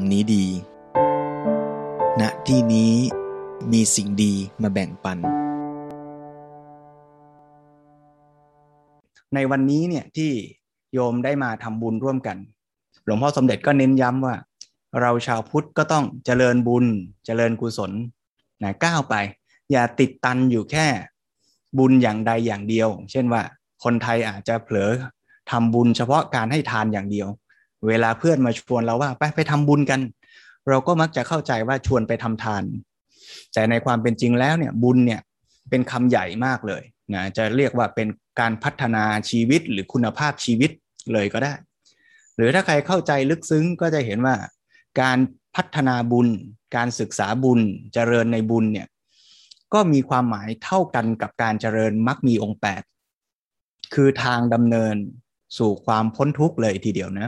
นี้ดีณที่นี้มีสิ่งดีมาแบ่งปันในวันนี้เนี่ยที่โยมได้มาทำบุญร่วมกันหลวงพ่อสมเด็จก็เน้นย้ำว่าเราชาวพุทธก็ต้องเจริญบุญเจริญกุศลนะก้าวไปอย่าติดตันอยู่แค่บุญอย่างใดอย่างเดียวเช่นว่าคนไทยอาจจะเผลอทำบุญเฉพาะการให้ทานอย่างเดียวเวลาเพื่อนมาชวนเราว่าไปทำบุญกันเราก็มักจะเข้าใจว่าชวนไปทำทานแต่ในความเป็นจริงแล้วเนี่ยบุญเนี่ยเป็นคำใหญ่มากเลยนะจะเรียกว่าเป็นการพัฒนาชีวิตหรือคุณภาพชีวิตเลยก็ได้หรือถ้าใครเข้าใจลึกซึ้งก็จะเห็นว่าการพัฒนาบุญการศึกษาบุญเจริญในบุญเนี่ยก็มีความหมายเท่ากันกับการเจริญมรรคมีองค์8คือทางดำเนินสู่ความพ้นทุกข์เลยทีเดียวนะ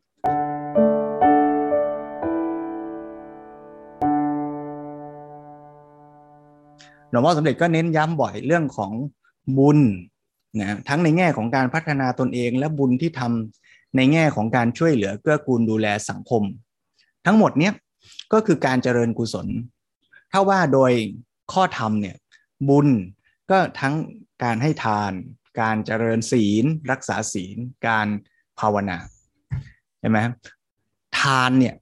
หลวงพ่อสมเด็จก็เน้นย้ำบ่อยเรื่องของบุญนะทั้งในแง่ของการพัฒนาตนเองและบุญที่ทำในแง่ของการช่วยเหลือเกื้อกูลดูแลสังคมทั้งหมดเนี้ยก็คือการเจริญกุศลถ้าว่าโดยข้อธรรมเนี่ยบุญก็ทั้งการให้ทานการเจริญศีลรักษาศีลการภาวนาใช่ไหมทานเนี่ย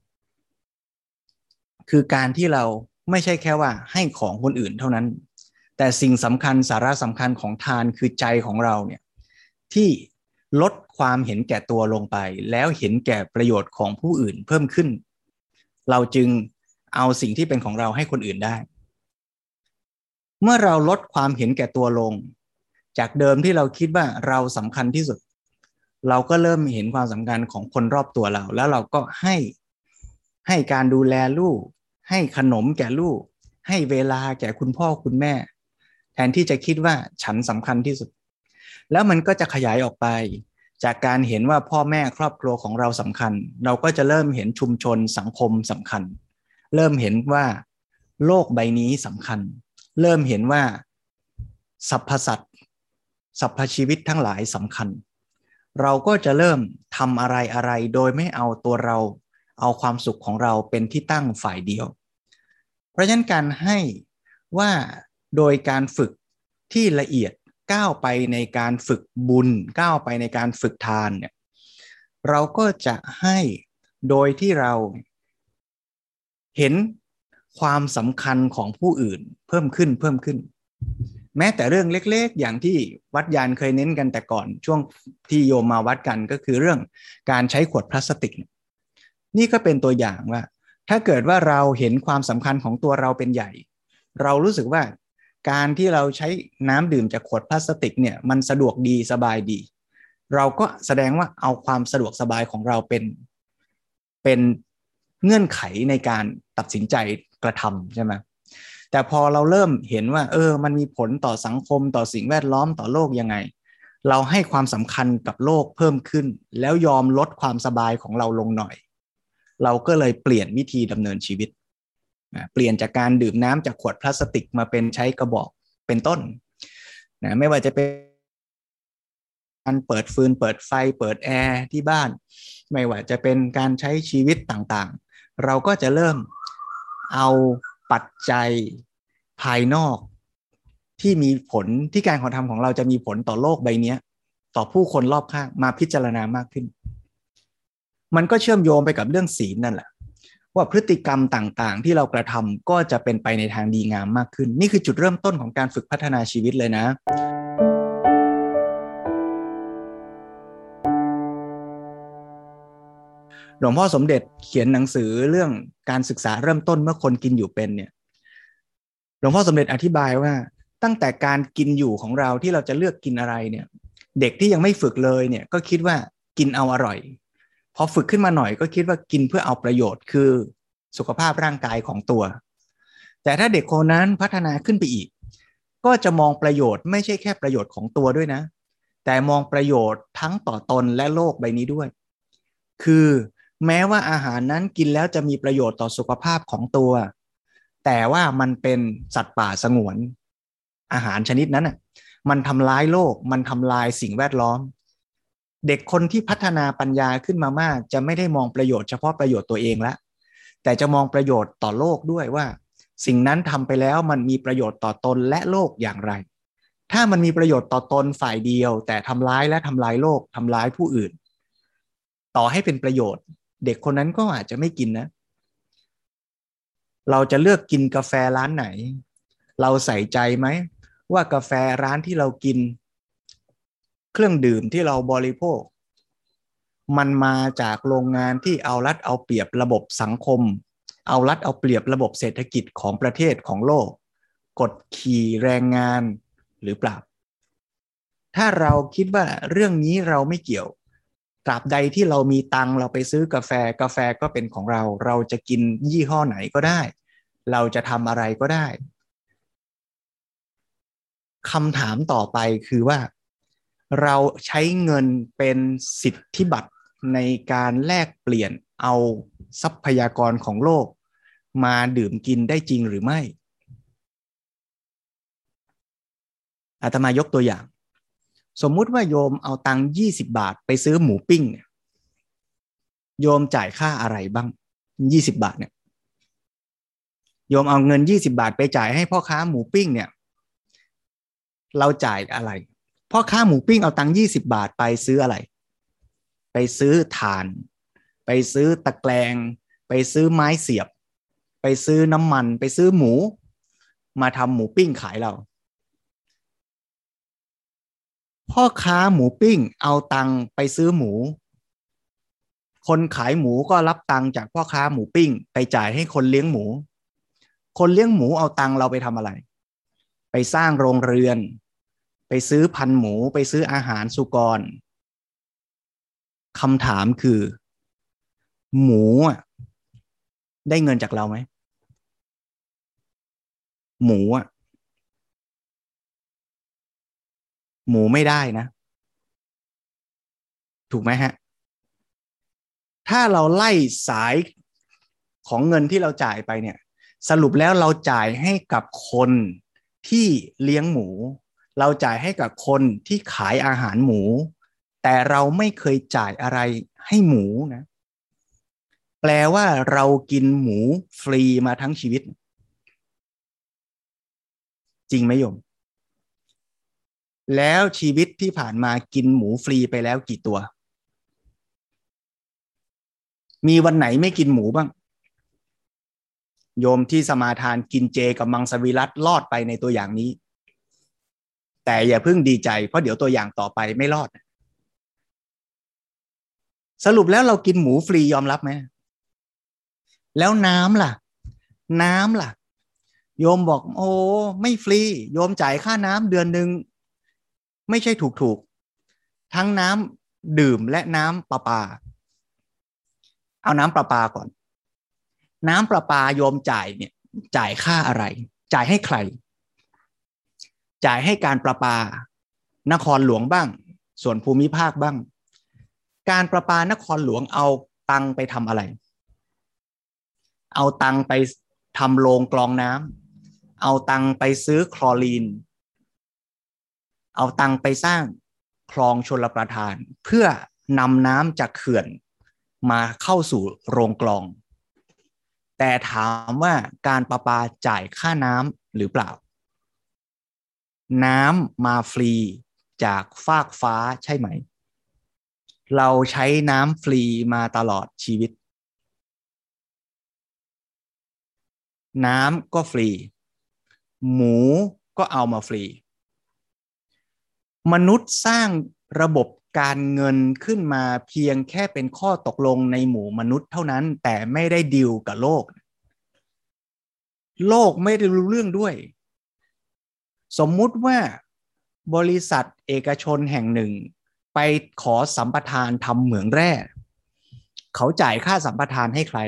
คือการที่เราไม่ใช่แค่ว่าให้ของคนอื่นเท่านั้นแต่สิ่งสำคัญสาระสำคัญของทานคือใจของเราเนี่ยที่ลดความเห็นแก่ตัวลงไปแล้วเห็นแก่ประโยชน์ของผู้อื่นเพิ่มขึ้นเราจึงเอาสิ่งที่เป็นของเราให้คนอื่นได้เมื่อเราลดความเห็นแก่ตัวลงจากเดิมที่เราคิดว่าเราสำคัญที่สุดเราก็เริ่มเห็นความสำคัญของคนรอบตัวเราแล้วเราก็ให้การดูแลลูกให้ขนมแก่ลูกให้เวลาแก่คุณพ่อคุณแม่แทนที่จะคิดว่าฉันสำคัญที่สุดแล้วมันก็จะขยายออกไปจากการเห็นว่าพ่อแม่ครอบครัวของเราสำคัญเราก็จะเริ่มเห็นชุมชนสังคมสำคัญเริ่มเห็นว่าโลกใบนี้สำคัญเริ่มเห็นว่าสรรพสัตว์สรรพชีวิตทั้งหลายสำคัญเราก็จะเริ่มทำอะไรโดยไม่เอาตัวเราเอาความสุขของเราเป็นที่ตั้งฝ่ายเดียวเพราะฉะนั้นการให้ว่าโดยการฝึกที่ละเอียดก้าวไปในการฝึกบุญก้าวไปในการฝึกทานเนี่ยเราก็จะให้โดยที่เราเห็นความสำคัญของผู้อื่นเพิ่มขึ้นแม้แต่เรื่องเล็กๆอย่างที่วัดยานเคยเน้นกันแต่ก่อนช่วงที่โยมมาวัดกันก็คือเรื่องการใช้ขวดพลาสติกนี่ก็เป็นตัวอย่างว่าถ้าเกิดว่าเราเห็นความสำคัญของตัวเราเป็นใหญ่เรารู้สึกว่าการที่เราใช้น้ำดื่มจากขวดพลาสติกเนี่ยมันสะดวกดีสบายดีเราก็แสดงว่าเอาความสะดวกสบายของเราเป็นเงื่อนไขในการตัดสินใจกระทำใช่ไหมแต่พอเราเริ่มเห็นว่ามันมีผลต่อสังคมต่อสิ่งแวดล้อมต่อโลกยังไงเราให้ความสำคัญกับโลกเพิ่มขึ้นแล้วยอมลดความสบายของเราลงหน่อยเราก็เลยเปลี่ยนวิธีดำเนินชีวิตเปลี่ยนจากการดื่มน้ำจากขวดพลาสติกมาเป็นใช้กระบอกเป็นต้นนะไม่ว่าจะเป็นการเปิดฟืนเปิดไฟเปิดแอร์ที่บ้านไม่ว่าจะเป็นการใช้ชีวิตต่างๆเราก็จะเริ่มเอาปัจจัยภายนอกที่มีผลที่การกระทำของเราจะมีผลต่อโลกใบนี้ต่อผู้คนรอบข้างมาพิจารณามากขึ้นมันก็เชื่อมโยงไปกับเรื่องศีลนั่นแหละว่าพฤติกรรมต่างๆที่เรากระทำก็จะเป็นไปในทางดีงามมากขึ้นนี่คือจุดเริ่มต้นของการฝึกพัฒนาชีวิตเลยนะหลวงพ่อสมเด็จเขียนหนังสือเรื่องการศึกษาเริ่มต้นเมื่อคนกินอยู่เป็นเนี่ยหลวงพ่อสมเด็จอธิบายว่าตั้งแต่การกินอยู่ของเราที่เราจะเลือกกินอะไรเนี่ยเด็กที่ยังไม่ฝึกเลยเนี่ยก็คิดว่ากินเอาอร่อยพอฝึกขึ้นมาหน่อยก็คิดว่ากินเพื่อเอาประโยชน์คือสุขภาพร่างกายของตัวแต่ถ้าเด็กคนนั้นพัฒนาขึ้นไปอีกก็จะมองประโยชน์ไม่ใช่แค่ประโยชน์ของตัวด้วยนะแต่มองประโยชน์ทั้งต่อตนและโลกใบนี้ด้วยคือแม้ว่าอาหารนั้นกินแล้วจะมีประโยชน์ต่อสุขภาพของตัวแต่ว่ามันเป็นสัตว์ป่าสงวนอาหารชนิดนั้นมันทำร้ายโลกมันทำลายสิ่งแวดล้อมเด็กคนที่พัฒนาปัญญาขึ้นมามากจะไม่ได้มองประโยชน์เฉพาะประโยชน์ตัวเองละแต่จะมองประโยชน์ต่อโลกด้วยว่าสิ่งนั้นทำไปแล้วมันมีประโยชน์ต่อตนและโลกอย่างไรถ้ามันมีประโยชน์ต่อตนฝ่ายเดียวแต่ทำร้ายและทำลายโลกทำร้ายผู้อื่นต่อให้เป็นประโยชน์เด็กคนนั้นก็อาจจะไม่กินนะเราจะเลือกกินกาแฟร้านไหนเราใส่ใจไหมว่ากาแฟร้านที่เรากินเครื่องดื่มที่เราบริโภคมันมาจากโรงงานที่เอารัดเอาเปรียบระบบสังคมเอารัดเอาเปรียบระบบเศรษฐกิจของประเทศของโลกกดขี่แรงงานหรือเปล่าถ้าเราคิดว่าเรื่องนี้เราไม่เกี่ยวตราบใดที่เรามีตังค์เราไปซื้อกาแฟกาแฟก็เป็นของเราเราจะกินยี่ห้อไหนก็ได้เราจะทำอะไรก็ได้คำถามต่อไปคือว่าเราใช้เงินเป็นสิทธิบัตรในการแลกเปลี่ยนเอาทรัพยากรของโลกมาดื่มกินได้จริงหรือไม่อาตมายกตัวอย่างสมมุติว่าโยมเอาตังค์20 บาทไปซื้อหมูปิ้งโยมจ่ายค่าอะไรบ้าง20 บาทเนี่ยโยมเอาเงิน20 บาทไปจ่ายให้พ่อค้าหมูปิ้งเนี่ยเราจ่ายอะไรพ่อค้าหมูปิ้งเอาตังค์20 บาทไปซื้ออะไรไปซื้อถ่านไปซื้อตะแกรงไปซื้อไม้เสียบไปซื้อน้ำมันไปซื้อหมูมาทำหมูปิ้งขายเราพ่อค้าหมูปิ้งเอาตังค์ไปซื้อหมูคนขายหมูก็รับตังค์จากพ่อค้าหมูปิ้งไปจ่ายให้คนเลี้ยงหมูคนเลี้ยงหมูเอาตังค์เราไปทำอะไรไปสร้างโรงเรือนไปซื้อพันธุ์หมูไปซื้ออาหารสุกรคำถามคือหมูได้เงินจากเราไหมหมูหมูไม่ได้นะถูกไหมฮะถ้าเราไล่สายของเงินที่เราจ่ายไปเนี่ยสรุปแล้วเราจ่ายให้กับคนที่เลี้ยงหมูเราจ่ายให้กับคนที่ขายอาหารหมูแต่เราไม่เคยจ่ายอะไรให้หมูนะแปลว่าเรากินหมูฟรีมาทั้งชีวิตจริงไหมโยมแล้วชีวิตที่ผ่านมากินหมูฟรีไปแล้วกี่ตัวมีวันไหนไม่กินหมูบ้างโยมที่สมาทานกินเจกับมังสวิรัติรอดไปในตัวอย่างนี้แต่อย่าเพิ่งดีใจเพราะเดี๋ยวตัวอย่างต่อไปไม่รอดสรุปแล้วเรากินหมูฟรียอมรับไหมแล้วน้ำล่ะน้ำล่ะโยมบอกโอ้ไม่ฟรีโยมจ่ายค่าน้ำเดือนหนึ่งไม่ใช่ถูกๆทั้งน้ำดื่มและน้ำประปาเอาน้ำประปาก่อนน้ำประปาโยมจ่ายเนี่ยจ่ายค่าอะไรจ่ายให้ใครจ่ายให้การประปานครหลวงบ้างส่วนภูมิภาคบ้างการประปานครหลวงเอาตังไปทำอะไรเอาตังไปทำโรงกรองน้ำเอาตังไปซื้อคลอรีนเอาตังไปสร้างคลองชลประทานเพื่อนำน้ำจากเขื่อนมาเข้าสู่โรงกรองแต่ถามว่าการประปาจ่ายค่าน้ำหรือเปล่าน้ำมาฟรีจากฟากฟ้าใช่ไหมเราใช้น้ำฟรีมาตลอดชีวิตน้ำก็ฟรีหมูก็เอามาฟรีมนุษย์สร้างระบบการเงินขึ้นมาเพียงแค่เป็นข้อตกลงในหมู่มนุษย์เท่านั้นแต่ไม่ได้ดีลกับโลกโลกไม่ได้รู้เรื่องด้วยสมมุติว่าบริษัทเอกชนแห่งหนึ่งไปขอสัมปทานทำเหมืองแร่เขาจ่ายค่าสัมปทานให้ใคร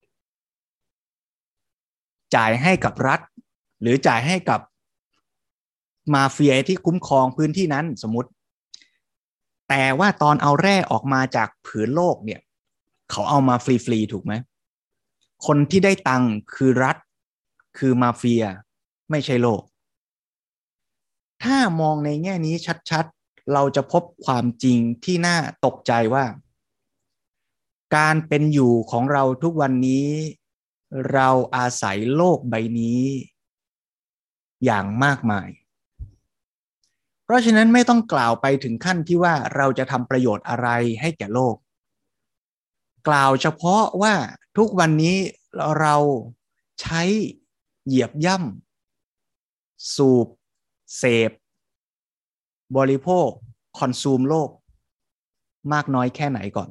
จ่ายให้กับรัฐหรือจ่ายให้กับมาเฟียที่คุ้มครองพื้นที่นั้นสมมติแต่ว่าตอนเอาแร่ออกมาจากผืนโลกเนี่ยเขาเอามาฟรีๆถูกไหมคนที่ได้ตังค์คือรัฐคือมาเฟียไม่ใช่โลกถ้ามองในแง่นี้ชัดๆเราจะพบความจริงที่น่าตกใจว่าการเป็นอยู่ของเราทุกวันนี้เราอาศัยโลกใบนี้อย่างมากมายเพราะฉะนั้นไม่ต้องกล่าวไปถึงขั้นที่ว่าเราจะทำประโยชน์อะไรให้แก่โลกกล่าวเฉพาะว่าทุกวันนี้เราใช้เหยียบย่ำสูบเสพบริโภคคอนซูมโลกมากน้อยแค่ไหนก่อน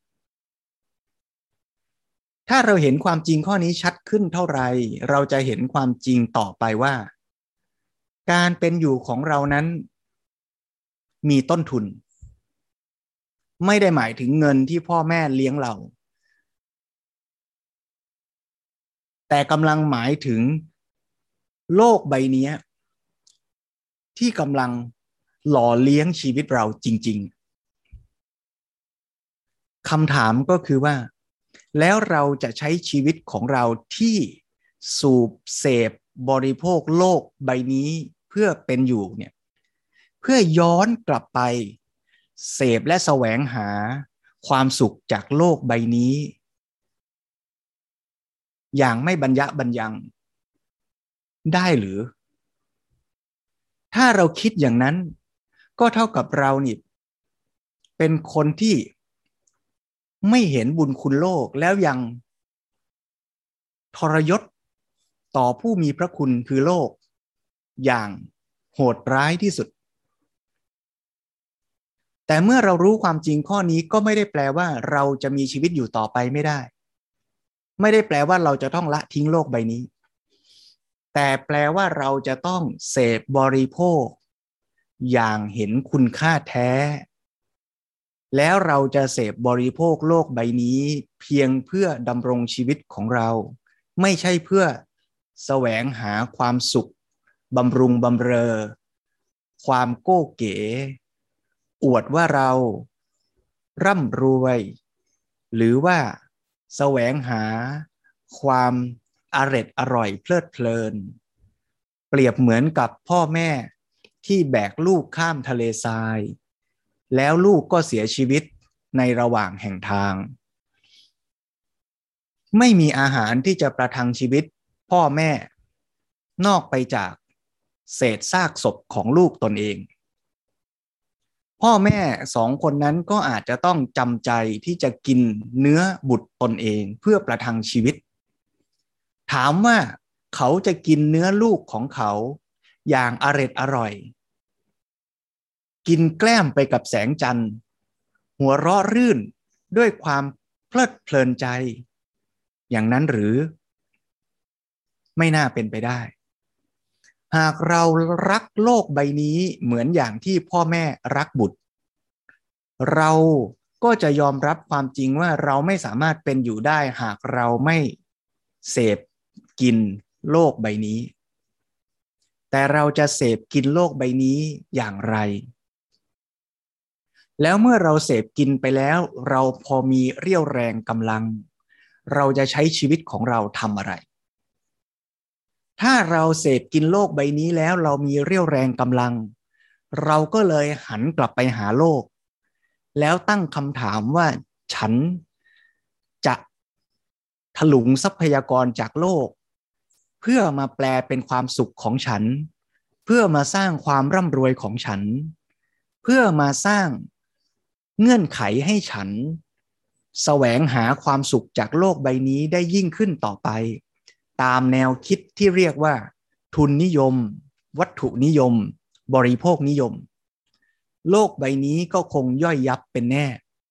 ถ้าเราเห็นความจริงข้อนี้ชัดขึ้นเท่าไหร่เราจะเห็นความจริงต่อไปว่าการเป็นอยู่ของเรานั้นมีต้นทุนไม่ได้หมายถึงเงินที่พ่อแม่เลี้ยงเราแต่กำลังหมายถึงโลกใบนี้ที่กำลังหล่อเลี้ยงชีวิตเราจริงๆคำถามก็คือว่าแล้วเราจะใช้ชีวิตของเราที่สูบเสพบริโภคโลกใบนี้เพื่อเป็นอยู่เนี่ยเพื่อย้อนกลับไปเสพและแสวงหาความสุขจากโลกใบนี้อย่างไม่บรรยะบรรยังได้หรือถ้าเราคิดอย่างนั้นก็เท่ากับเรานี่เป็นคนที่ไม่เห็นบุญคุณโลกแล้วยังทรยศต่อผู้มีพระคุณคือโลกอย่างโหดร้ายที่สุดแต่เมื่อเรารู้ความจริงข้อนี้ก็ไม่ได้แปลว่าเราจะมีชีวิตอยู่ต่อไปไม่ได้ไม่ได้แปลว่าเราจะต้องละทิ้งโลกใบนี้แต่แปลว่าเราจะต้องเสพบริโภคอย่างเห็นคุณค่าแท้แล้วเราจะเสพบริโภคโลกใบนี้เพียงเพื่อดำรงชีวิตของเราไม่ใช่เพื่อแสวงหาความสุขบำรุงบำเรอความโก้เก๋อวดว่าเราร่ำรวยหรือว่าแสวงหาความอร่อยเพลิดเพลินเปรียบเหมือนกับพ่อแม่ที่แบกลูกข้ามทะเลทรายแล้วลูกก็เสียชีวิตในระหว่างแห่งทางไม่มีอาหารที่จะประทังชีวิตพ่อแม่นอกไปจากเศษซากศพของลูกตนเองพ่อแม่สองคนนั้นก็อาจจะต้องจำใจที่จะกินเนื้อบุตรตนเองเพื่อประทังชีวิตถามว่าเขาจะกินเนื้อลูกของเขาอย่างอร่อยกินแกล้มไปกับแสงจันทร์หัวเราะรื่นด้วยความเพลิดเพลินใจอย่างนั้นหรือไม่น่าเป็นไปได้หากเรารักโลกใบนี้เหมือนอย่างที่พ่อแม่รักบุตรเราก็จะยอมรับความจริงว่าเราไม่สามารถเป็นอยู่ได้หากเราไม่เสพกินโลกใบนี้แต่เราจะเสพกินโลกใบนี้อย่างไรแล้วเมื่อเราเสพกินไปแล้วเราพอมีเรี่ยวแรงกำลังเราจะใช้ชีวิตของเราทำอะไรถ้าเราเสพกินโลกใบนี้แล้วเรามีเรี่ยวแรงกำลังเราก็เลยหันกลับไปหาโลกแล้วตั้งคำถามว่าฉันจะถลุงทรัพยากรจากโลกเพื่อมาแปลเป็นความสุขของฉันเพื่อมาสร้างความร่ำรวยของฉันเพื่อมาสร้างเงื่อนไขให้ฉันแสวงหาความสุขจากโลกใบนี้ได้ยิ่งขึ้นต่อไปตามแนวคิดที่เรียกว่าทุนนิยมวัตถุนิยมบริโภคนิยมโลกใบนี้ก็คงย่อยยับเป็นแน่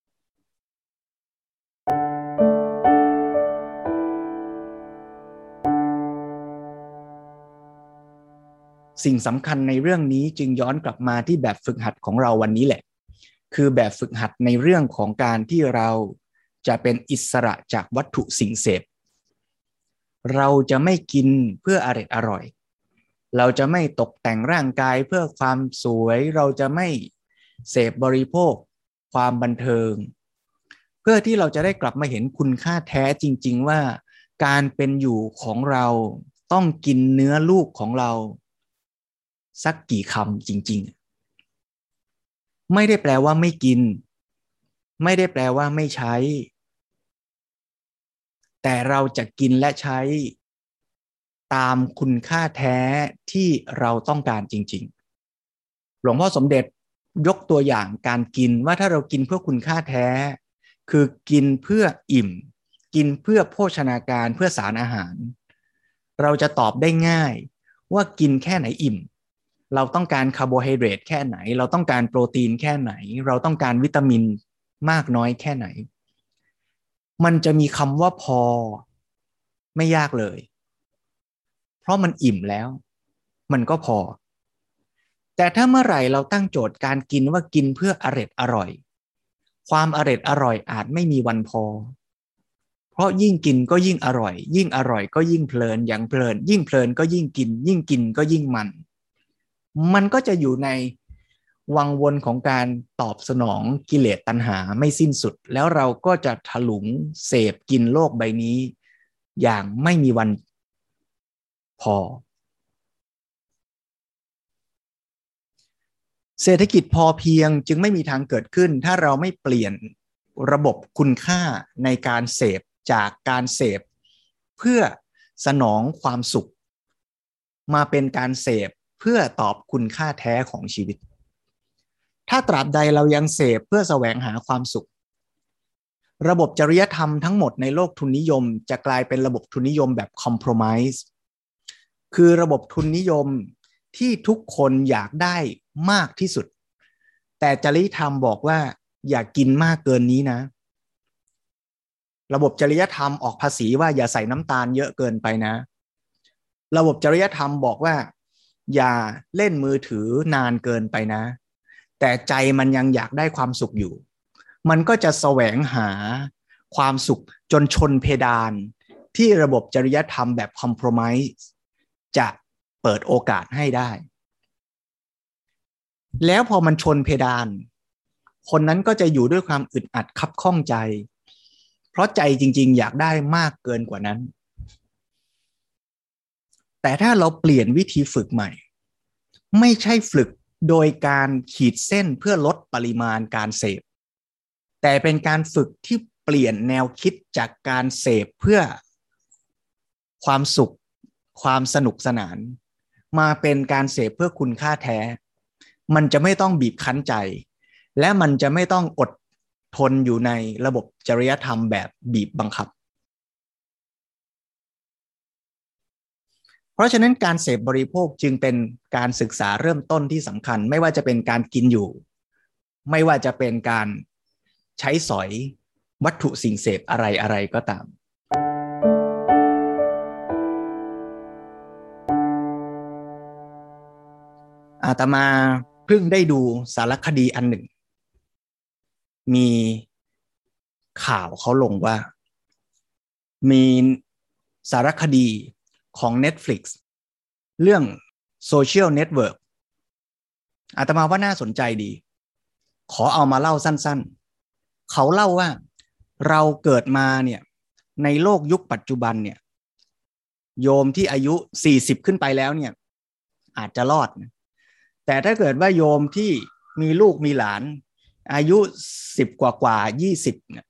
สิ่งสำคัญในเรื่องนี้จึงย้อนกลับมาที่แบบฝึกหัดของเราวันนี้แหละคือแบบฝึกหัดในเรื่องของการที่เราจะเป็นอิสระจากวัตถุสิ่งเสพเราจะไม่กินเพื่ออร่อยเราจะไม่ตกแต่งร่างกายเพื่อความสวยเราจะไม่เสพบริโภคความบันเทิงเพื่อที่เราจะได้กลับมาเห็นคุณค่าแท้จริงๆว่าการเป็นอยู่ของเราต้องกินเนื้อลูกของเราสักกี่คำจริงๆไม่ได้แปลว่าไม่กินไม่ได้แปลว่าไม่ใช้แต่เราจะกินและใช้ตามคุณค่าแท้ที่เราต้องการจริงๆหลวงพ่อสมเด็จยกตัวอย่างการกินว่าถ้าเรากินเพื่อคุณค่าแท้คือกินเพื่ออิ่มกินเพื่อโภชนาการเพื่อสารอาหารเราจะตอบได้ง่ายว่ากินแค่ไหนอิ่มเราต้องการคาร์โบไฮเดรตแค่ไหนเราต้องการโปรตีนแค่ไหนเราต้องการวิตามินมากน้อยแค่ไหนมันจะมีคำว่าพอไม่ยากเลยเพราะมันอิ่มแล้วมันก็พอแต่ถ้าเมื่อไหร่เราตั้งโจทย์การกินว่ากินเพื่ออร่อยความอร่อยอาจไม่มีวันพอเพราะยิ่งกินก็ยิ่งอร่อยยิ่งอร่อยก็ยิ่งเพลินอย่างเพลินยิ่งเพลินก็ยิ่งกินยิ่งกินก็ยิ่งมันก็จะอยู่ในวังวนของการตอบสนองกิเลสตัณหาไม่สิ้นสุดแล้วเราก็จะถลุงเสพกินโลกใบนี้อย่างไม่มีวันพอเศรษฐกิจพอเพียงจึงไม่มีทางเกิดขึ้นถ้าเราไม่เปลี่ยนระบบคุณค่าในการเสพจากการเสพเพื่อสนองความสุขมาเป็นการเสพเพื่อตอบคุณค่าแท้ของชีวิตถ้าตราบใดเรายังเสพเพื่อแสวงหาความสุขระบบจริยธรรมทั้งหมดในโลกทุนนิยมจะกลายเป็นระบบทุนนิยมแบบ compromise คือระบบทุนนิยมที่ทุกคนอยากได้มากที่สุดแต่จริยธรรมบอกว่าอย่ากินมากเกินนี้นะระบบจริยธรรมออกภาษีว่าอย่าใส่น้ำตาลเยอะเกินไปนะระบบจริยธรรมบอกว่าอย่าเล่นมือถือนานเกินไปนะแต่ใจมันยังอยากได้ความสุขอยู่มันก็จะแสวงหาความสุขจนชนเพดานที่ระบบจริยธรรมแบบคอมโพรไมซ์จะเปิดโอกาสให้ได้แล้วพอมันชนเพดานคนนั้นก็จะอยู่ด้วยความอึดอัดคับข้องใจเพราะใจจริงๆอยากได้มากเกินกว่านั้นแต่ถ้าเราเปลี่ยนวิธีฝึกใหม่ไม่ใช่ฝึกโดยการขีดเส้นเพื่อลดปริมาณการเสพแต่เป็นการฝึกที่เปลี่ยนแนวคิดจากการเสพเพื่อความสุขความสนุกสนานมาเป็นการเสพเพื่อคุณค่าแท้มันจะไม่ต้องบีบคั้นใจและมันจะไม่ต้องอดทนอยู่ในระบบจริยธรรมแบบบีบบังคับเพราะฉะนั้นการเสพบริโภคจึงเป็นการศึกษาเริ่มต้นที่สำคัญไม่ว่าจะเป็นการกินอยู่ไม่ว่าจะเป็นการใช้สอยวัตถุสิ่งเสพอะไรก็ตามอาตมาเพิ่งได้ดูสารคดีอันหนึ่งมีข่าวเขาลงว่ามีสารคดีของ Netflix เรื่อง Social Network อาตมาว่าน่าสนใจดีขอเอามาเล่าสั้นๆเขาเล่าว่าเราเกิดมาเนี่ยในโลกยุคปัจจุบันเนี่ยโยมที่อายุ40ขึ้นไปแล้วเนี่ยอาจจะรอดนะแต่ถ้าเกิดว่าโยมที่มีลูกมีหลานอายุ10กว่า20เนี่ย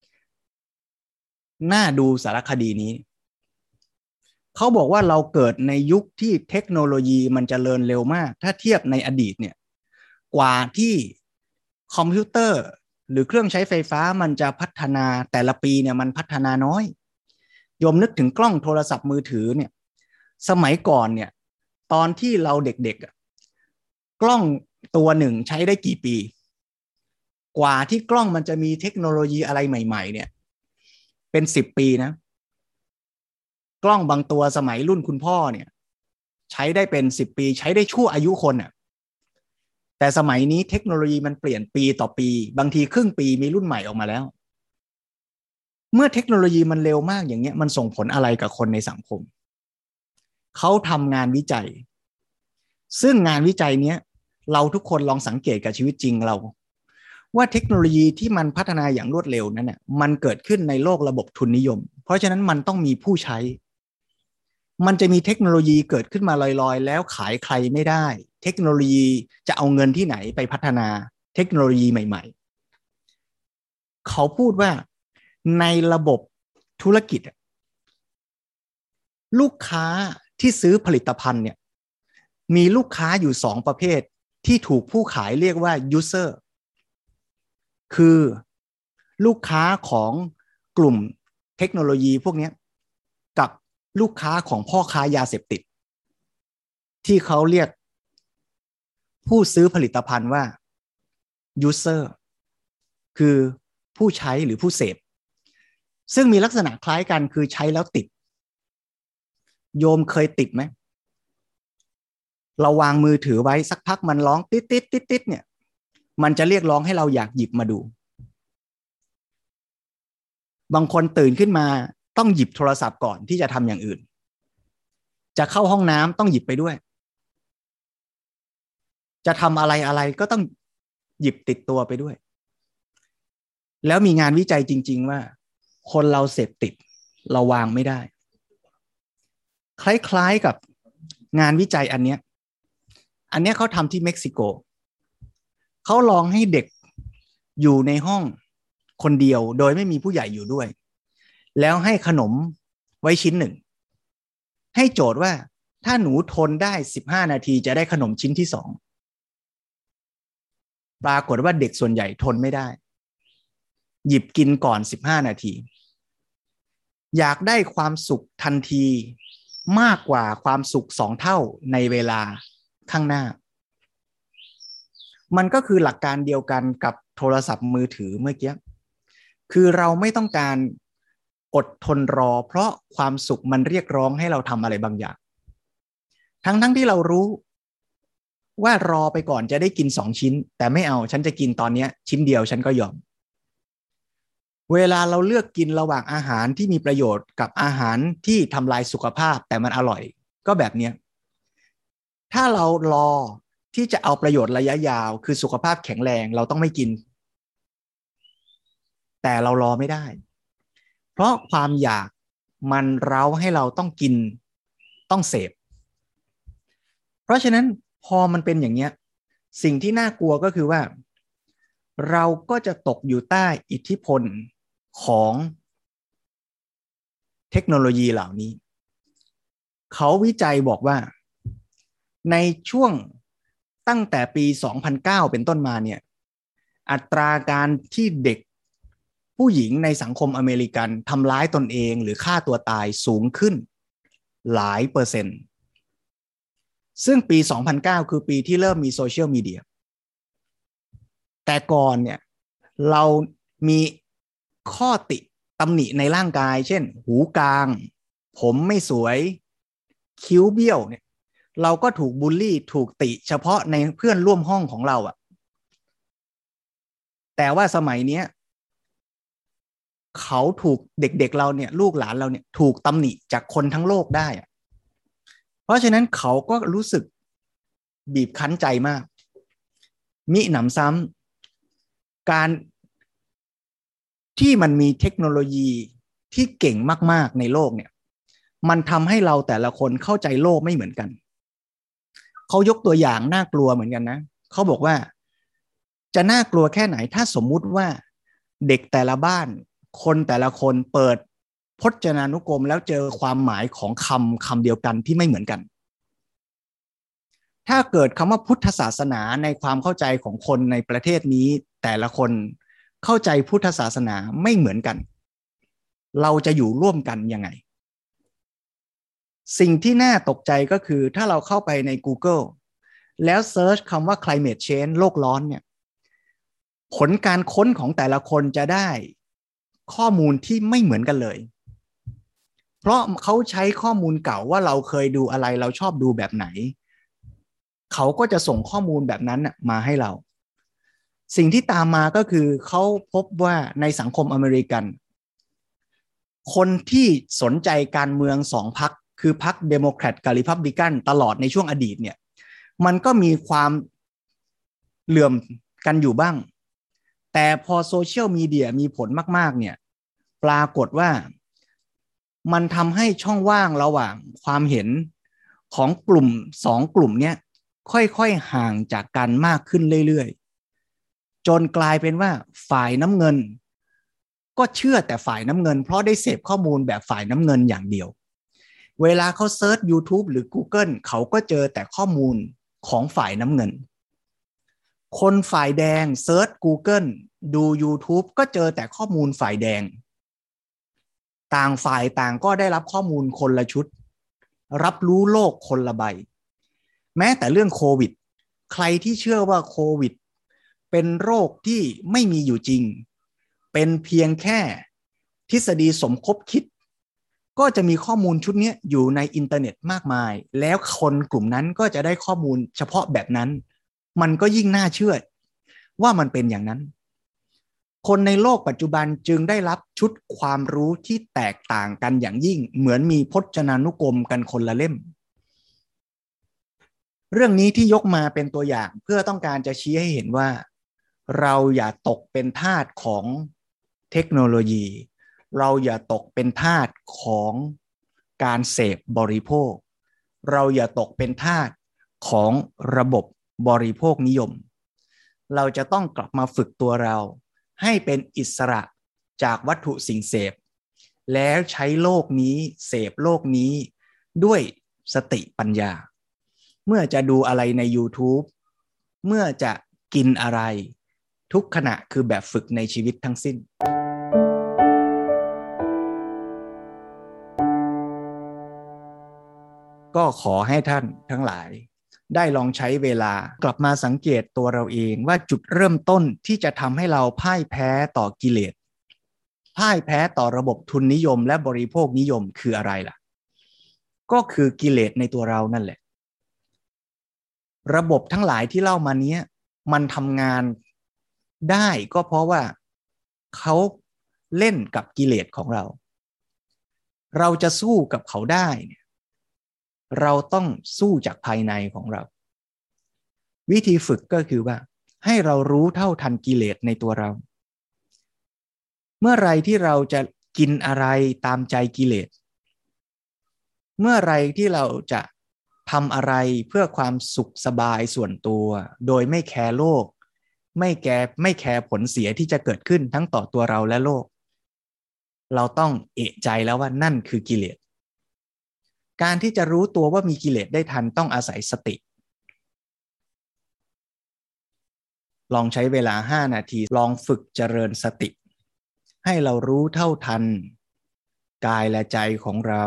น่าดูสารคดีนี้เขาบอกว่าเราเกิดในยุคที่เทคโนโลยีมันเจริญเร็วมากถ้าเทียบในอดีตเนี่ยกว่าที่คอมพิวเตอร์หรือเครื่องใช้ไฟฟ้ามันจะพัฒนาแต่ละปีเนี่ยมันพัฒนาน้อยโยมนึกถึงกล้องโทรศัพท์มือถือเนี่ยสมัยก่อนเนี่ยตอนที่เราเด็กๆกล้องตัวหนึ่งใช้ได้กี่ปีกว่าที่กล้องมันจะมีเทคโนโลยีอะไรใหม่ๆเนี่ยเป็น10 ปีนะกล้องบางตัวสมัยรุ่นคุณพ่อเนี่ยใช้ได้เป็น10 ปีใช้ได้ชั่วอายุคนอ่ะแต่สมัยนี้เทคโนโลยีมันเปลี่ยนปีต่อปีบางทีครึ่งปีมีรุ่นใหม่ออกมาแล้วเมื่อเทคโนโลยีมันเร็วมากอย่างเงี้ยมันส่งผลอะไรกับคนในสังคมเขาทำงานวิจัยซึ่งงานวิจัยเนี้ยเราทุกคนลองสังเกตกับชีวิตจริงเราว่าเทคโนโลยีที่มันพัฒนาอย่างรวดเร็วนั้นน่ะมันเกิดขึ้นในโลกระบบทุนนิยมเพราะฉะนั้นมันต้องมีผู้ใช้มันจะมีเทคโนโลยีเกิดขึ้นมาลอยๆแล้วขายใครไม่ได้เทคโนโลยีจะเอาเงินที่ไหนไปพัฒนาเทคโนโลยีใหม่ๆเขาพูดว่าในระบบธุรกิจลูกค้าที่ซื้อผลิตภัณฑ์เนี่ยมีลูกค้าอยู่2ประเภทที่ถูกผู้ขายเรียกว่า user คือลูกค้าของกลุ่มเทคโนโลยีพวกนี้กับลูกค้าของพ่อค้ายาเสพติดที่เขาเรียกผู้ซื้อผลิตภัณฑ์ว่า user คือผู้ใช้หรือผู้เสพซึ่งมีลักษณะคล้ายกันคือใช้แล้วติดโยมเคยติดไหมเราวางมือถือไว้สักพักมันร้องติดติดติดติดเนี่ยมันจะเรียกร้องให้เราอยากหยิบมาดูบางคนตื่นขึ้นมาต้องหยิบโทรศัพท์ก่อนที่จะทำอย่างอื่นจะเข้าห้องน้ำต้องหยิบไปด้วยจะทำอะไรก็ต้องหยิบติดตัวไปด้วยแล้วมีงานวิจัยจริงๆว่าคนเราเสพติดเราวางไม่ได้คล้ายๆกับงานวิจัยอันเนี้ยเขาทำที่เม็กซิโกเขาลองให้เด็กอยู่ในห้องคนเดียวโดยไม่มีผู้ใหญ่อยู่ด้วยแล้วให้ขนมไว้ชิ้นหนึ่งให้โจทย์ว่าถ้าหนูทนได้15 นาทีจะได้ขนมชิ้นที่2ปรากฏว่าเด็กส่วนใหญ่ทนไม่ได้หยิบกินก่อน15 นาทีอยากได้ความสุขทันทีมากกว่าความสุข2 เท่าในเวลาข้างหน้ามันก็คือหลักการเดียวกันกับโทรศัพท์มือถือเมื่อกี้คือเราไม่ต้องการอดทนรอเพราะความสุขมันเรียกร้องให้เราทำอะไรบางอย่างทั้งที่เรารู้ว่ารอไปก่อนจะได้กิน2 ชิ้นแต่ไม่เอาฉันจะกินตอนนี้ชิ้นเดียวฉันก็ยอมเวลาเราเลือกกินระหว่างอาหารที่มีประโยชน์กับอาหารที่ทำลายสุขภาพแต่มันอร่อยก็แบบนี้ถ้าเรารอที่จะเอาประโยชน์ระยะยาวคือสุขภาพแข็งแรงเราต้องไม่กินแต่เรารอไม่ได้เพราะความอยากมันเร้าให้เราต้องกินต้องเสพเพราะฉะนั้นพอมันเป็นอย่างเนี้ยสิ่งที่น่ากลัวก็คือว่าเราก็จะตกอยู่ใต้อิทธิพลของเทคโนโลยีเหล่านี้เขาวิจัยบอกว่าในช่วงตั้งแต่ปี 2009 เป็นต้นมาเนี่ยอัตราการที่เด็กผู้หญิงในสังคมอเมริกันทำร้ายตนเองหรือฆ่าตัวตายสูงขึ้นหลายเปอร์เซ็นต์ซึ่งปี 2009 คือปีที่เริ่มมีโซเชียลมีเดียแต่ก่อนเนี่ยเรามีข้อติตำหนิในร่างกายเช่นหูกลางผมไม่สวยคิ้วเบี้ยวเนี่ยเราก็ถูกบูลลี่ถูกติเฉพาะในเพื่อนร่วมห้องของเราอะแต่ว่าสมัยนี้เขาถูกเด็กๆเราเนี่ยลูกหลานเราเนี่ยถูกตำหนิจากคนทั้งโลกได้อะเพราะฉะนั้นเขาก็รู้สึกบีบคั้นใจมากมิหนำซ้ำการที่มันมีเทคโนโลยีที่เก่งมากๆในโลกเนี่ยมันทำให้เราแต่ละคนเข้าใจโลกไม่เหมือนกันเขายกตัวอย่างน่ากลัวเหมือนกันนะเขาบอกว่าจะน่ากลัวแค่ไหนถ้าสมมุติว่าเด็กแต่ละบ้านคนแต่ละคนเปิดพจนานุกรมแล้วเจอความหมายของคำเดียวกันที่ไม่เหมือนกันถ้าเกิดคำว่าพุทธศาสนาในความเข้าใจของคนในประเทศนี้แต่ละคนเข้าใจพุทธศาสนาไม่เหมือนกันเราจะอยู่ร่วมกันยังไงสิ่งที่น่าตกใจก็คือถ้าเราเข้าไปใน Google แล้วเซิร์ชคำว่า climate change โลกร้อนเนี่ยผลการค้นของแต่ละคนจะได้ข้อมูลที่ไม่เหมือนกันเลยเพราะเขาใช้ข้อมูลเก่าว่าเราเคยดูอะไรเราชอบดูแบบไหนเขาก็จะส่งข้อมูลแบบนั้นมาให้เราสิ่งที่ตามมาก็คือเขาพบว่าในสังคมอเมริกันคนที่สนใจการเมือง2 พรรคคือพรรคเดโมแครตกับริพับลิกันตลอดในช่วงอดีตเนี่ยมันก็มีความเหลื่อมกันอยู่บ้างแต่พอโซเชียลมีเดียมีผลมากๆเนี่ยปรากฏว่ามันทำให้ช่องว่างระหว่างความเห็นของกลุ่ม2 กลุ่มเนี่ยค่อยๆห่างจากกันมากขึ้นเรื่อยๆจนกลายเป็นว่าฝ่ายน้ำเงินก็เชื่อแต่ฝ่ายน้ำเงินเพราะได้เสพข้อมูลแบบฝ่ายน้ำเงินอย่างเดียวเวลาเขาเซิร์ช YouTube หรือ Google เขาก็เจอแต่ข้อมูลของฝ่ายน้ำเงินคนฝ่ายแดงเซิร์ช Google ดู YouTube ก็เจอแต่ข้อมูลฝ่ายแดงต่างฝ่ายต่างก็ได้รับข้อมูลคนละชุดรับรู้โลกคนละใบแม้แต่เรื่องโควิดใครที่เชื่อว่าโควิดเป็นโรคที่ไม่มีอยู่จริงเป็นเพียงแค่ทฤษฎีสมคบคิดก็จะมีข้อมูลชุดนี้อยู่ในอินเทอร์เน็ตมากมายแล้วคนกลุ่มนั้นก็จะได้ข้อมูลเฉพาะแบบนั้นมันก็ยิ่งน่าเชื่อว่ามันเป็นอย่างนั้นคนในโลกปัจจุบันจึงได้รับชุดความรู้ที่แตกต่างกันอย่างยิ่งเหมือนมีพจนานุกรมกันคนละเล่มเรื่องนี้ที่ยกมาเป็นตัวอย่างเพื่อต้องการจะชี้ให้เห็นว่าเราอย่าตกเป็นทาสของเทคโนโลยีเราอย่าตกเป็นทาสของการเสพบริโภคเราอย่าตกเป็นทาสของระบบบริโภคนิยมเราจะต้องกลับมาฝึกตัวเราให้เป็นอิสระจากวัตถุสิ่งเสพแล้วใช้โลกนี้เสพโลกนี้ด้วยสติปัญญาเมื่อจะดูอะไรใน YouTube เมื่อจะกินอะไรทุกขณะคือแบบฝึกในชีวิตทั้งสิ้นก็ขอให้ท่านทั้งหลายได้ลองใช้เวลากลับมาสังเกตตัวเราเองว่าจุดเริ่มต้นที่จะทำให้เราพ่ายแพ้ต่อกิเลสพ่ายแพ้ต่อระบบทุนนิยมและบริโภคนิยมคืออะไรล่ะก็คือกิเลสในตัวเรานั่นแหละระบบทั้งหลายที่เล่ามานี้มันทำงานได้ก็เพราะว่าเขาเล่นกับกิเลสของเราเราจะสู้กับเขาได้เนี่ยเราต้องสู้จากภายในของเราวิธีฝึกก็คือว่าให้เรารู้เท่าทันกิเลสในตัวเราเมื่อไรที่เราจะกินอะไรตามใจกิเลสเมื่อไรที่เราจะทำอะไรเพื่อความสุขสบายส่วนตัวโดยไม่แคร์โลกไม่แคร์ผลเสียที่จะเกิดขึ้นทั้งต่อตัวเราและโลกเราต้องเอะใจแล้วว่านั่นคือกิเลสการที่จะรู้ตัวว่ามีกิเลสได้ทันต้องอาศัยสติลองใช้เวลา5 นาทีลองฝึกเจริญสติให้เรารู้เท่าทันกายและใจของเรา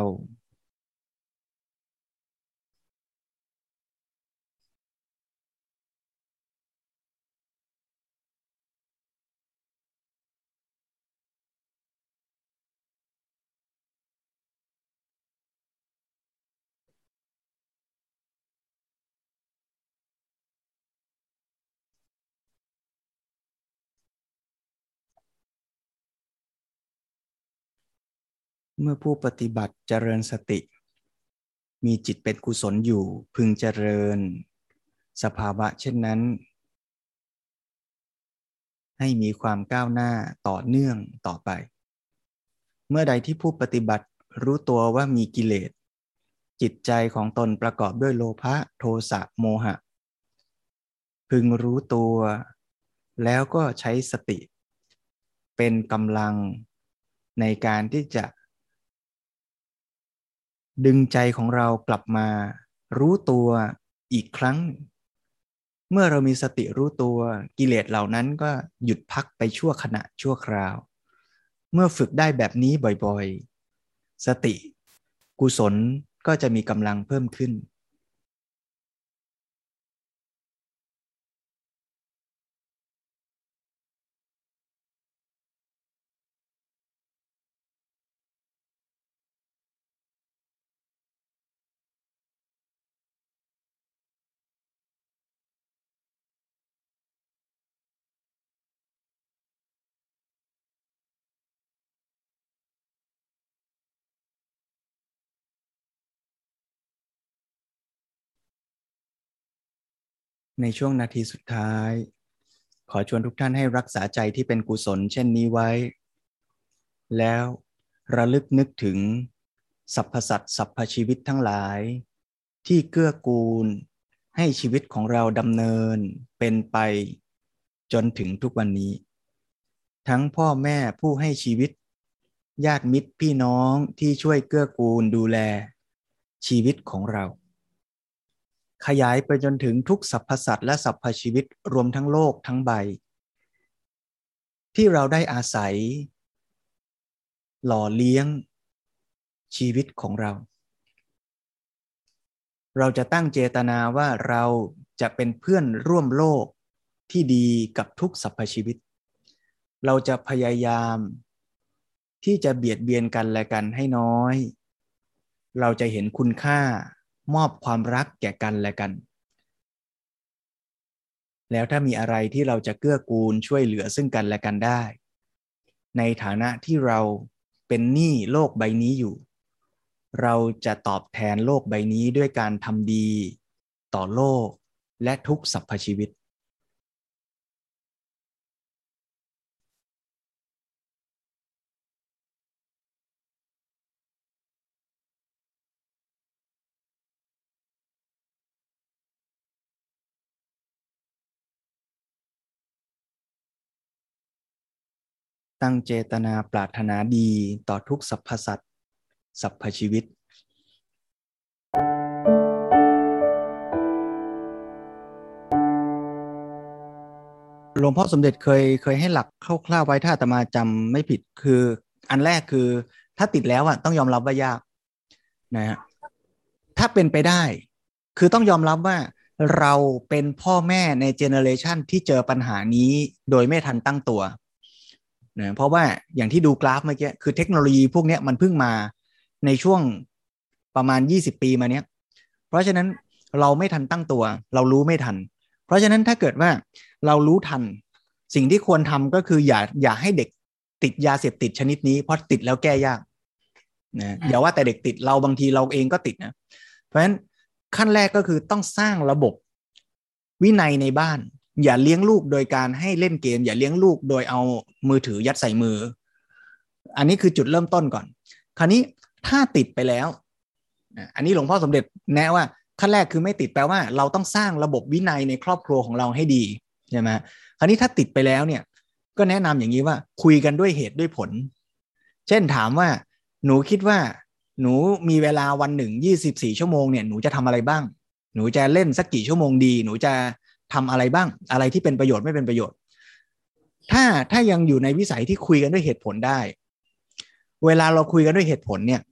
เมื่อผู้ปฏิบัติเจริญสติมีจิตเป็นกุศลอยู่พึงเจริญสภาวะเช่นนั้นให้มีความก้าวหน้าต่อเนื่องต่อไปเมื่อใดที่ผู้ปฏิบัติรู้ตัวว่ามีกิเลสจิตใจของตนประกอบด้วยโลภะโทสะโมหะพึงรู้ตัวแล้วก็ใช้สติเป็นกำลังในการที่จะดึงใจของเรากลับมารู้ตัวอีกครั้งเมื่อเรามีสติรู้ตัวกิเลสเหล่านั้นก็หยุดพักไปชั่วขณะชั่วคราวเมื่อฝึกได้แบบนี้บ่อยๆสติกุศลก็จะมีกำลังเพิ่มขึ้นในช่วงนาทีสุดท้ายขอชวนทุกท่านให้รักษาใจที่เป็นกุศลเช่นนี้ไว้แล้วระลึกนึกถึงสรรพสัตว์สรรพชีวิตทั้งหลายที่เกื้อกูลให้ชีวิตของเราดำเนินเป็นไปจนถึงทุกวันนี้ทั้งพ่อแม่ผู้ให้ชีวิตญาติมิตรพี่น้องที่ช่วยเกื้อกูลดูแลชีวิตของเราขยายไปจนถึงทุกสรรพสัตว์และสรรพชีวิตรวมทั้งโลกทั้งใบที่เราได้อาศัยหล่อเลี้ยงชีวิตของเราเราจะตั้งเจตนาว่าเราจะเป็นเพื่อนร่วมโลกที่ดีกับทุกสรรพชีวิตเราจะพยายามที่จะเบียดเบียนกันและกันให้น้อยเราจะเห็นคุณค่ามอบความรักแก่กันและกันแล้วถ้ามีอะไรที่เราจะเกื้อกูลช่วยเหลือซึ่งกันและกันได้ในฐานะที่เราเป็นหนี้โลกใบนี้อยู่เราจะตอบแทนโลกใบนี้ด้วยการทำดีต่อโลกและทุกสรรพชีวิตตั้งเจตนาปรารถนาดีต่อทุกสรรพสัตว์สรรพชีวิตหลวงพ่อสมเด็จเคยให้หลักคร่าวๆไว้ถ้าอาตมาจำไม่ผิดคืออันแรกคือถ้าติดแล้วอ่ะต้องยอมรับว่ายากนะฮะถ้าเป็นไปได้คือต้องยอมรับว่าเราเป็นพ่อแม่ในเจเนอเรชันที่เจอปัญหานี้โดยไม่ทันตั้งตัวนะเพราะว่าอย่างที่ดูกราฟเมื่อกี้คือเทคโนโลยีพวกนี้มันเพิ่งมาในช่วงประมาณ20 ปีมาเนี้ยเพราะฉะนั้นเราไม่ทันตั้งตัวเรารู้ไม่ทันเพราะฉะนั้นถ้าเกิดว่าเรารู้ทันสิ่งที่ควรทำก็คืออย่าให้เด็กติดยาเสพติดชนิดนี้เพราะติดแล้วแก้ยากนะอย่าว่าแต่เด็กติดเราบางทีเราเองก็ติดนะเพราะฉะนั้นขั้นแรกก็คือต้องสร้างระบบวินัยในบ้านอย่าเลี้ยงลูกโดยการให้เล่นเกมอย่าเลี้ยงลูกโดยเอามือถือยัดใส่มืออันนี้คือจุดเริ่มต้นก่อนคราวนี้ถ้าติดไปแล้วอันนี้หลวงพ่อสมเด็จแนะว่าขั้นแรกคือไม่ติดแปลว่าเราต้องสร้างระบบวินัยในครอบครัวของเราให้ดีใช่ไหมคราวนี้ถ้าติดไปแล้วเนี่ยก็แนะนำอย่างนี้ว่าคุยกันด้วยเหตุด้วยผลเช่นถามว่าหนูคิดว่าหนูมีเวลาวันหนึ่ง24 ชั่วโมงเนี่ยหนูจะทำอะไรบ้างหนูจะเล่นสักกี่ชั่วโมงดีหนูจะทำอะไรบ้างอะไรที่เป็นประโยชน์ไม่เป็นประโยชน์ถ้ายังอยู่ในวิสัยที่คุยกันด้วยเหตุผลได้เวลาเราคุยกันด้วยเหตุผลเนี่ย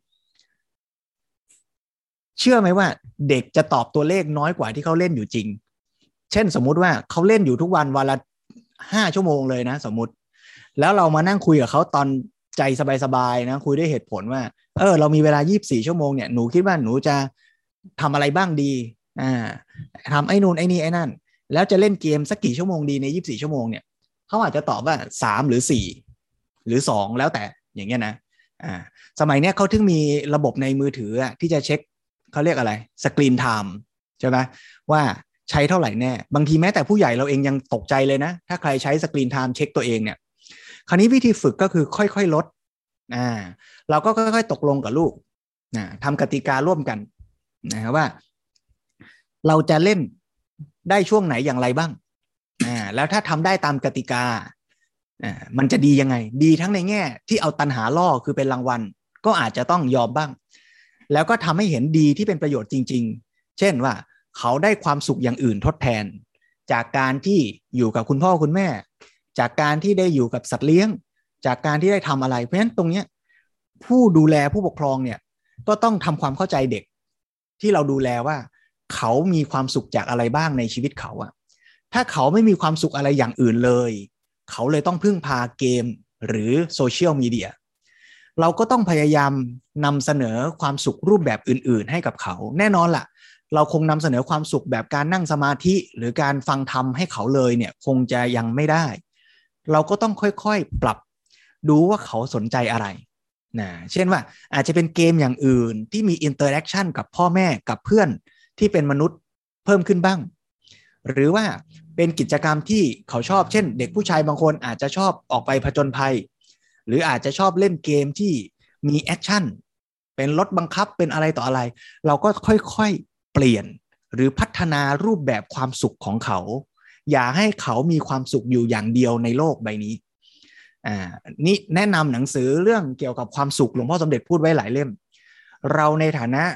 เชื่อไหมว่าเด็กจะตอบตัวเลขน้อยกว่าที่เขาเล่นอยู่จริงเช่นสมมุติว่าเขาเล่นอยู่ทุกวันวันละ5 ชั่วโมงเลยนะสมมุติแล้วเรามานั่งคุยกับเขาตอนใจสบายๆนะคุยด้วยเหตุผลว่าเรามีเวลา24 ชั่วโมงเนี่ยหนูคิดว่าหนูจะทำอะไรบ้างดีทำไอ้นู่นไอ้นี่ไอ้นั่นแล้วจะเล่นเกมสักกี่ชั่วโมงดีใน24 ชั่วโมงเนี่ยเขาอาจจะตอบว่า3หรือ4หรือ2แล้วแต่อย่างเงี้ยนะสมัยเนี้ยเขาถึงมีระบบในมือถือที่จะเช็คเขาเรียกอะไรสกรีนไทม์ใช่ไหมว่าใช้เท่าไหร่แน่บางทีแม้แต่ผู้ใหญ่เราเองยังตกใจเลยนะถ้าใครใช้สกรีนไทม์เช็คตัวเองเนี่ยคราวนี้วิธีฝึกก็คือค่อยๆลดเราก็ค่อยๆตกลงกับลูกทำกติการ่วมกันนะว่าเราจะเล่นได้ช่วงไหนอย่างไรบ้างแล้วถ้าทำได้ตามกติกามันจะดียังไงดีทั้งในแง่ที่เอาตัณหาล่อคือเป็นรางวัลก็อาจจะต้องยอมบ้างแล้วก็ทำให้เห็นดีที่เป็นประโยชน์จริงๆเช่นว่าเขาได้ความสุขอย่างอื่นทดแทนจากการที่อยู่กับคุณพ่อคุณแม่จากการที่ได้อยู่กับสัตว์เลี้ยงจากการที่ได้ทำอะไรเพราะฉะนั้นตรงนี้ผู้ดูแลผู้ปกครองเนี่ยก็ต้องทำความเข้าใจเด็กที่เราดูแลว่าเขามีความสุขจากอะไรบ้างในชีวิตเขาอะถ้าเขาไม่มีความสุขอะไรอย่างอื่นเลยเขาเลยต้องพึ่งพาเกมหรือโซเชียลมีเดียเราก็ต้องพยายามนำเสนอความสุขรูปแบบอื่นๆให้กับเขาแน่นอนล่ะเราคงนำเสนอความสุขแบบการนั่งสมาธิหรือการฟังธรรมให้เขาเลยเนี่ยคงจะยังไม่ได้เราก็ต้องค่อยๆปรับดูว่าเขาสนใจอะไรนะเช่นว่าอาจจะเป็นเกมอย่างอื่นที่มีอินเตอร์แอคชั่นกับพ่อแม่กับเพื่อนที่เป็นมนุษย์เพิ่มขึ้นบ้างหรือว่าเป็นกิจกรรมที่เขาชอบเช่นเด็กผู้ชายบางคนอาจจะชอบออกไปผจญภัยหรืออาจจะชอบเล่นเกมที่มีแอคชั่นเป็นรถบังคับเป็นอะไรต่ออะไรเราก็ค่อยๆเปลี่ยนหรือพัฒนารูปแบบความสุขของเขาอย่าให้เขามีความสุขอยู่อย่างเดียวในโลกใบนี้นี่แนะนำหนังสือเรื่องเกี่ยวกับความสุขหลวงพ่อสมเด็จพูดไว้หลายเล่มเราในฐานะ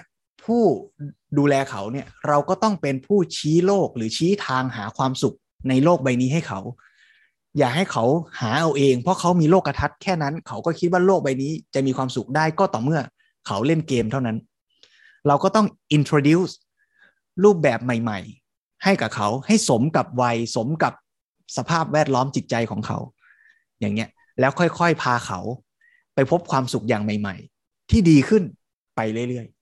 ผู้ดูแลเขาเนี่ยเราก็ต้องเป็นผู้ชี้โลกหรือชี้ทางหาความสุขในโลกใบนี้ให้เขาอย่าให้เขาหาเอาเองเพราะเขามีโลกทัศน์แค่นั้นเขาก็คิดว่าโลกใบนี้จะมีความสุขได้ก็ต่อเมื่อเขาเล่นเกมเท่านั้นเราก็ต้อง introduce รูปแบบใหม่ๆให้กับเขาให้สมกับวัยสมกับสภาพแวดล้อมจิตใจของเขาอย่างเงี้ยแล้วค่อยๆพาเขาไปพบความสุขอย่างใหม่ๆที่ดีขึ้นไปเรื่อย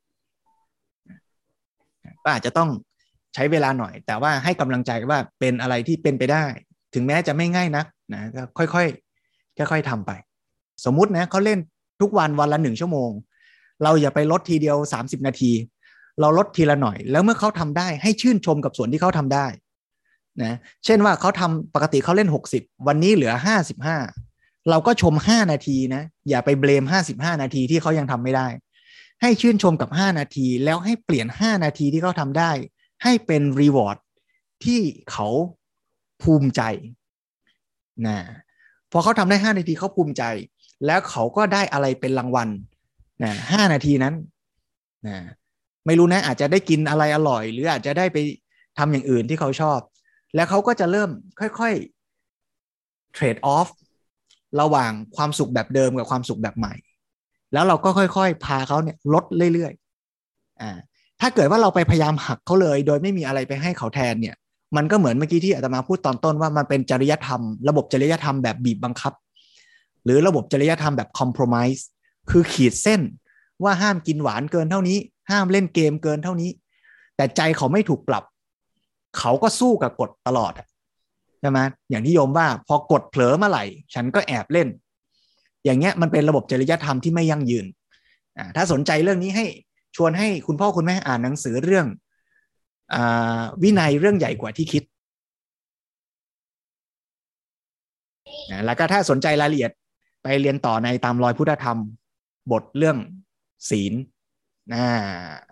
ๆก็อาจจะต้องใช้เวลาหน่อยแต่ว่าให้กำลังใจว่าเป็นอะไรที่เป็นไปได้ถึงแม้จะไม่ง่ายนักนะก็ค่อยๆค่อยๆทำไปสมมุตินะเขาเล่นทุกวันวันละ1 ชั่วโมงเราอย่าไปลดทีเดียว30 นาทีเราลดทีละหน่อยแล้วเมื่อเขาทำได้ให้ชื่นชมกับส่วนที่เขาทำได้นะเช่นว่าเขาทำปกติเขาเล่น60วันนี้เหลือ55เราก็ชม5 นาทีนะอย่าไปเบลม55 นาทีที่เขายังทำไม่ได้ให้ชื่นชมกับ5 นาทีแล้วให้เปลี่ยน5 นาทีที่เขาทำได้ให้เป็นรีวอร์ดที่เขาภูมิใจนะพอเขาทำได้5 นาทีเขาภูมิใจแล้วเขาก็ได้อะไรเป็นรางวัลนะ5 นาทีนั้นนะไม่รู้นะอาจจะได้กินอะไรอร่อยหรืออาจจะได้ไปทำอย่างอื่นที่เขาชอบแล้วเขาก็จะเริ่มค่อยๆเทรดออฟระหว่างความสุขแบบเดิมกับความสุขแบบใหม่แล้วเราก็ค่อยๆพาเขาเนี่ยลดเรื่อยๆถ้าเกิดว่าเราไปพยายามหักเขาเลยโดยไม่มีอะไรไปให้เขาแทนเนี่ยมันก็เหมือนเมื่อกี้ที่อาตมาพูดตอนต้นว่ามันเป็นจริยธรรมระบบจริยธรรมแบบบีบบังคับหรือระบบจริยธรรมแบบคอมโพรไมซ์คือขีดเส้นว่าห้ามกินหวานเกินเท่านี้ห้ามเล่นเกมเกินเท่านี้แต่ใจเขาไม่ถูกปรับเขาก็สู้กับกฎตลอดใช่ไหมอย่างที่โยมว่าพอกดเผลอเมื่อไหร่ฉันก็แอบเล่นอย่างเงี้ยมันเป็นระบบจริยธรรมที่ไม่ยั่งยืนถ้าสนใจเรื่องนี้ให้ชวนให้คุณพ่อคุณแม่อ่านหนังสือเรื่องวินัยเรื่องใหญ่กว่าที่คิดแล้วก็ถ้าสนใจรายละเอียดไปเรียนต่อในตามรอยพุทธธรรมบทเรื่องศีล